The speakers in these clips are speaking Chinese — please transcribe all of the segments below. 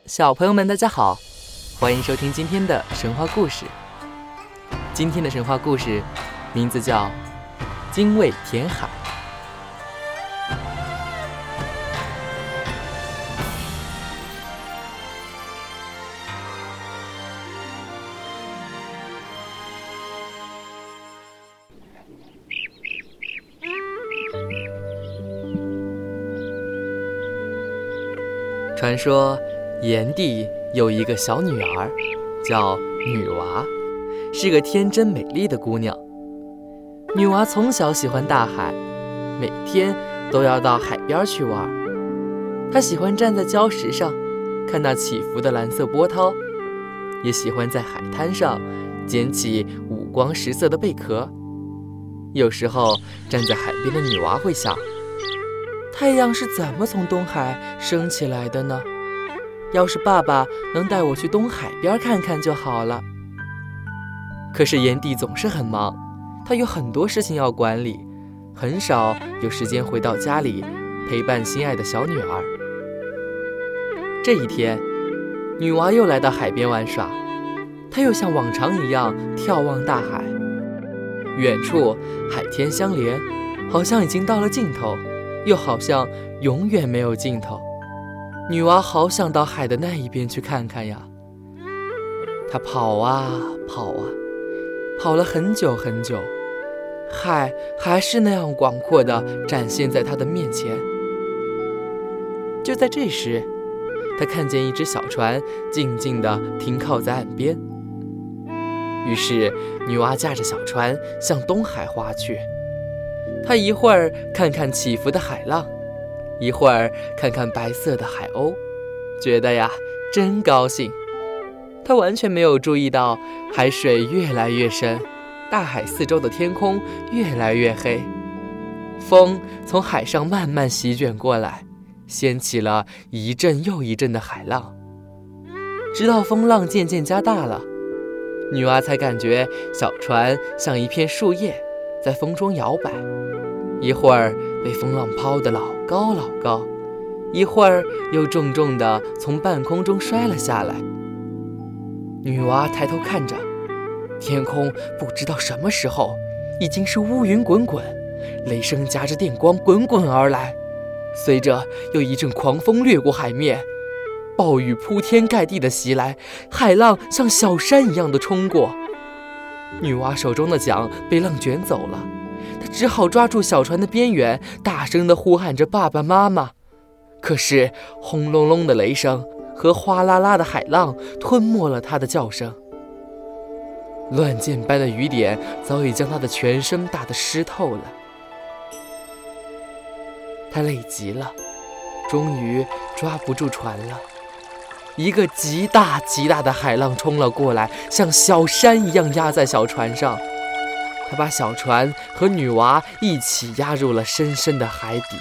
小朋友们大家好，欢迎收听今天的神话故事。今天的神话故事名字叫精卫填海。传说炎帝有一个小女儿，叫女娃，是个天真美丽的姑娘。女娃从小喜欢大海，每天都要到海边去玩。她喜欢站在礁石上，看那起伏的蓝色波涛，也喜欢在海滩上捡起五光十色的贝壳。有时候站在海边的女娃会想，太阳是怎么从东海升起来的呢？要是爸爸能带我去东海边看看就好了。可是炎帝总是很忙，他有很多事情要管理，很少有时间回到家里陪伴心爱的小女儿。这一天，女娃又来到海边玩耍，她又像往常一样眺望大海。远处海天相连，好像已经到了尽头，又好像永远没有尽头。女娃好想到海的那一边去看看呀。她跑啊跑啊，跑了很久很久，海还是那样广阔地展现在她的面前。就在这时，她看见一只小船静静地停靠在岸边。于是女娃驾着小船向东海划去。她一会儿看看起伏的海浪，一会儿看看白色的海鸥，觉得呀真高兴。他完全没有注意到海水越来越深，大海四周的天空越来越黑，风从海上慢慢席卷过来，掀起了一阵又一阵的海浪。直到风浪渐渐加大了，女娃才感觉小船像一片树叶在风中摇摆，一会儿被风浪抛得老高老高，一会儿又重重地从半空中摔了下来。女娃抬头看着，天空不知道什么时候已经是乌云滚滚，雷声夹着电光滚滚而来，随着又一阵狂风掠过海面，暴雨铺天盖地地袭来，海浪像小山一样的冲过。女娃手中的桨被浪卷走了，她只好抓住小船的边缘，大声地呼喊着爸爸妈妈。可是轰隆隆的雷声和哗啦啦的海浪吞没了她的叫声，乱箭般的雨点早已将她的全身打得湿透了。她累极了，终于抓不住船了。一个极大极大的海浪冲了过来，像小山一样压在小船上，他把小船和女娃一起压入了深深的海底。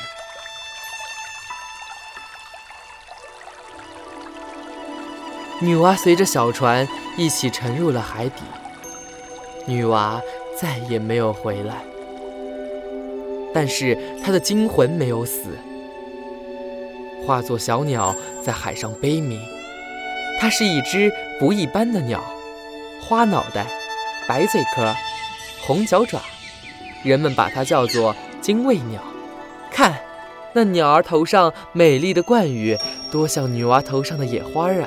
女娃随着小船一起沉入了海底，女娃再也没有回来。但是她的精魂没有死，化作小鸟在海上悲鸣。它是一只不一般的鸟，花脑袋，白嘴壳，红脚爪，人们把它叫做精卫鸟。看，那鸟儿头上美丽的冠羽多像女娃头上的野花啊！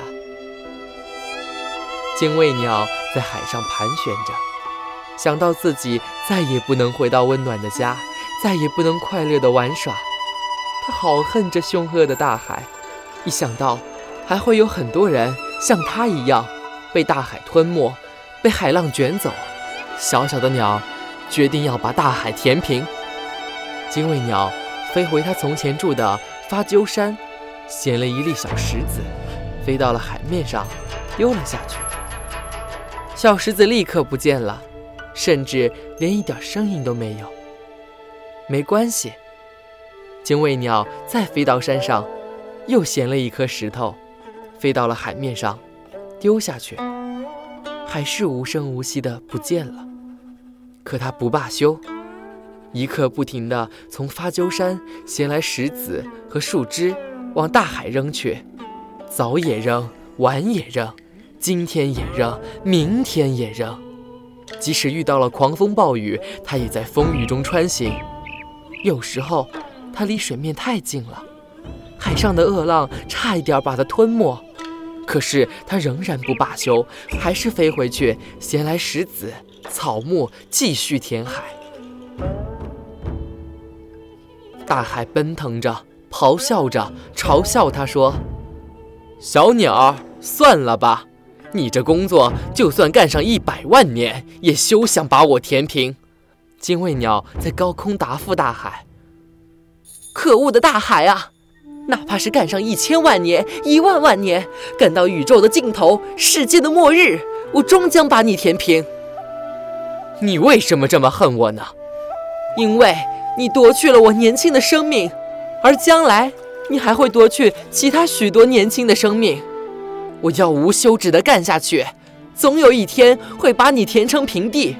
精卫鸟在海上盘旋着，想到自己再也不能回到温暖的家，再也不能快乐地玩耍，它好恨这凶恶的大海。一想到还会有很多人像它一样被大海吞没，被海浪卷走，小小的鸟决定要把大海填平。精卫鸟飞回它从前住的发鸠山，衔了一粒小石子，飞到了海面上，丢了下去。小石子立刻不见了，甚至连一点声音都没有。没关系，精卫鸟再飞到山上，又衔了一颗石头，飞到了海面上，丢下去，还是无声无息地不见了。可它不罢休，一刻不停地从发鸠山衔来石子和树枝往大海扔去， 早也扔，晚也扔，今天也扔，明天也扔。即使遇到了狂风暴雨，它也在风雨中穿行。有时候，它离水面太近了，海上的恶浪差一点把它吞没。可是它仍然不罢休，还是飞回去衔来石子、草木，继续填海。大海奔腾着，咆哮着，嘲笑它说：“小鸟，算了吧，你这工作就算干上100万年，也休想把我填平。”精卫鸟在高空答复大海：“可恶的大海啊！哪怕是干上1000万年、10000万年，干到宇宙的尽头、世界的末日，我终将把你填平。你为什么这么恨我呢？因为你夺去了我年轻的生命，而将来你还会夺去其他许多年轻的生命。我要无休止地干下去，总有一天会把你填成平地。”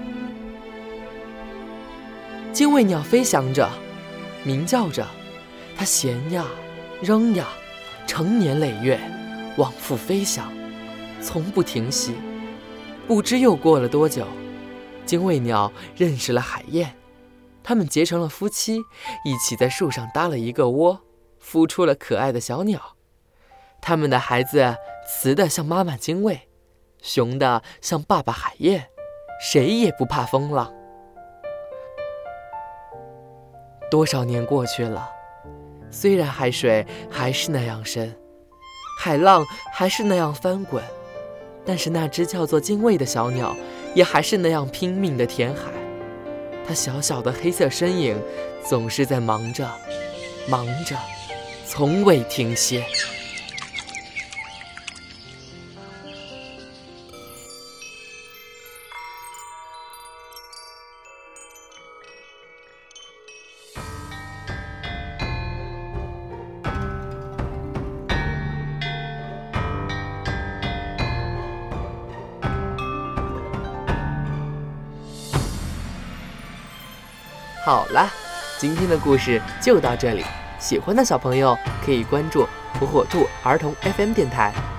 精卫鸟飞翔着，鸣叫着，它衔呀扔呀，成年累月，往复飞翔，从不停息。不知又过了多久，精卫鸟认识了海燕，他们结成了夫妻，一起在树上搭了一个窝，孵出了可爱的小鸟。他们的孩子雌的像妈妈精卫，雄的像爸爸海燕，谁也不怕风浪。多少年过去了，虽然海水还是那样深，海浪还是那样翻滚，但是那只叫做精卫的小鸟也还是那样拼命地填海。它小小的黑色身影总是在忙着，忙着，从未停歇。好了，今天的故事就到这里。喜欢的小朋友可以关注火火兔儿童 FM 电台。